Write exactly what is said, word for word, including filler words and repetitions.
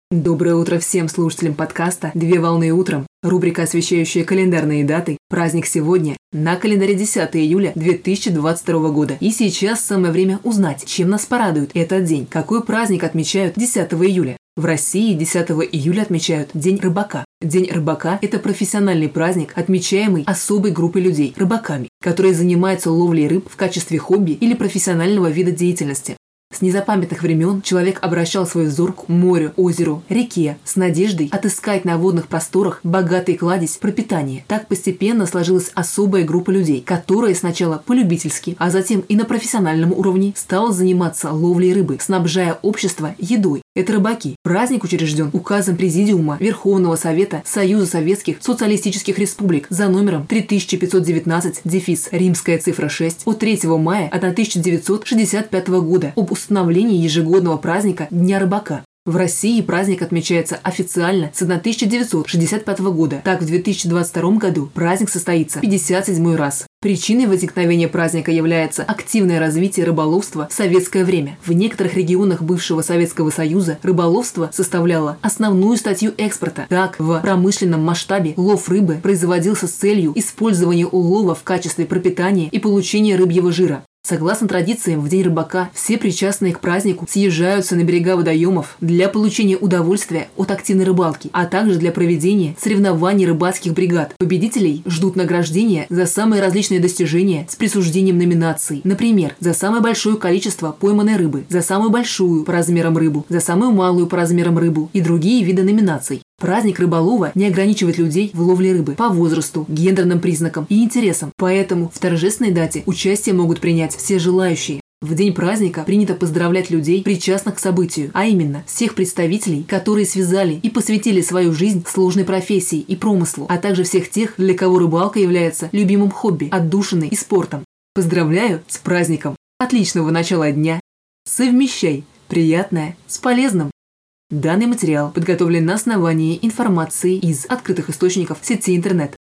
Доброе утро всем слушателям подкаста «Две волны утром». Рубрика, освещающая календарные даты. Праздник сегодня. На календаре десятое июля две тысячи двадцать второго года. И сейчас самое время узнать, чем нас порадует этот день. Какой праздник отмечают десятого июля? В России десятого июля отмечают День рыбака. День рыбака – это профессиональный праздник, отмечаемый особой группой людей – рыбаками, которые занимаются ловлей рыб в качестве хобби или профессионального вида деятельности. С незапамятных времен человек обращал свой взор к морю, озеру, реке с надеждой отыскать на водных просторах богатый кладезь пропитания. Так постепенно сложилась особая группа людей, которая сначала полюбительски, а затем и на профессиональном уровне стала заниматься ловлей рыбы, снабжая общество едой. Это рыбаки. Праздник учрежден указом Президиума Верховного Совета Союза Советских Социалистических Республик за номером три тысячи пятьсот девятнадцать, дефис, римская цифра шесть, от третьего мая тысяча девятьсот шестьдесят пятого года об установлении ежегодного праздника Дня рыбака. В России праздник отмечается официально с тысяча девятьсот шестьдесят пятого года. Так, в две тысячи двадцать втором году праздник состоится пятьдесят седьмой раз. Причиной возникновения праздника является активное развитие рыболовства в советское время. В некоторых регионах бывшего Советского Союза рыболовство составляло основную статью экспорта. Так, в промышленном масштабе лов рыбы производился с целью использования улова в качестве пропитания и получения рыбьего жира. Согласно традициям, в День рыбака все причастные к празднику съезжаются на берега водоемов для получения удовольствия от активной рыбалки, а также для проведения соревнований рыбацких бригад. Победителей ждут награждения за самые различные достижения с присуждением номинаций. Например, за самое большое количество пойманной рыбы, за самую большую по размерам рыбу, за самую малую по размерам рыбу и другие виды номинаций. Праздник рыболова не ограничивает людей в ловле рыбы по возрасту, гендерным признакам и интересам, поэтому в торжественной дате участие могут принять все желающие. В день праздника принято поздравлять людей, причастных к событию, а именно всех представителей, которые связали и посвятили свою жизнь сложной профессии и промыслу, а также всех тех, для кого рыбалка является любимым хобби, отдушиной и спортом. Поздравляю с праздником! Отличного начала дня! Совмещай приятное с полезным! Данный материал подготовлен на основании информации из открытых источников сети интернет.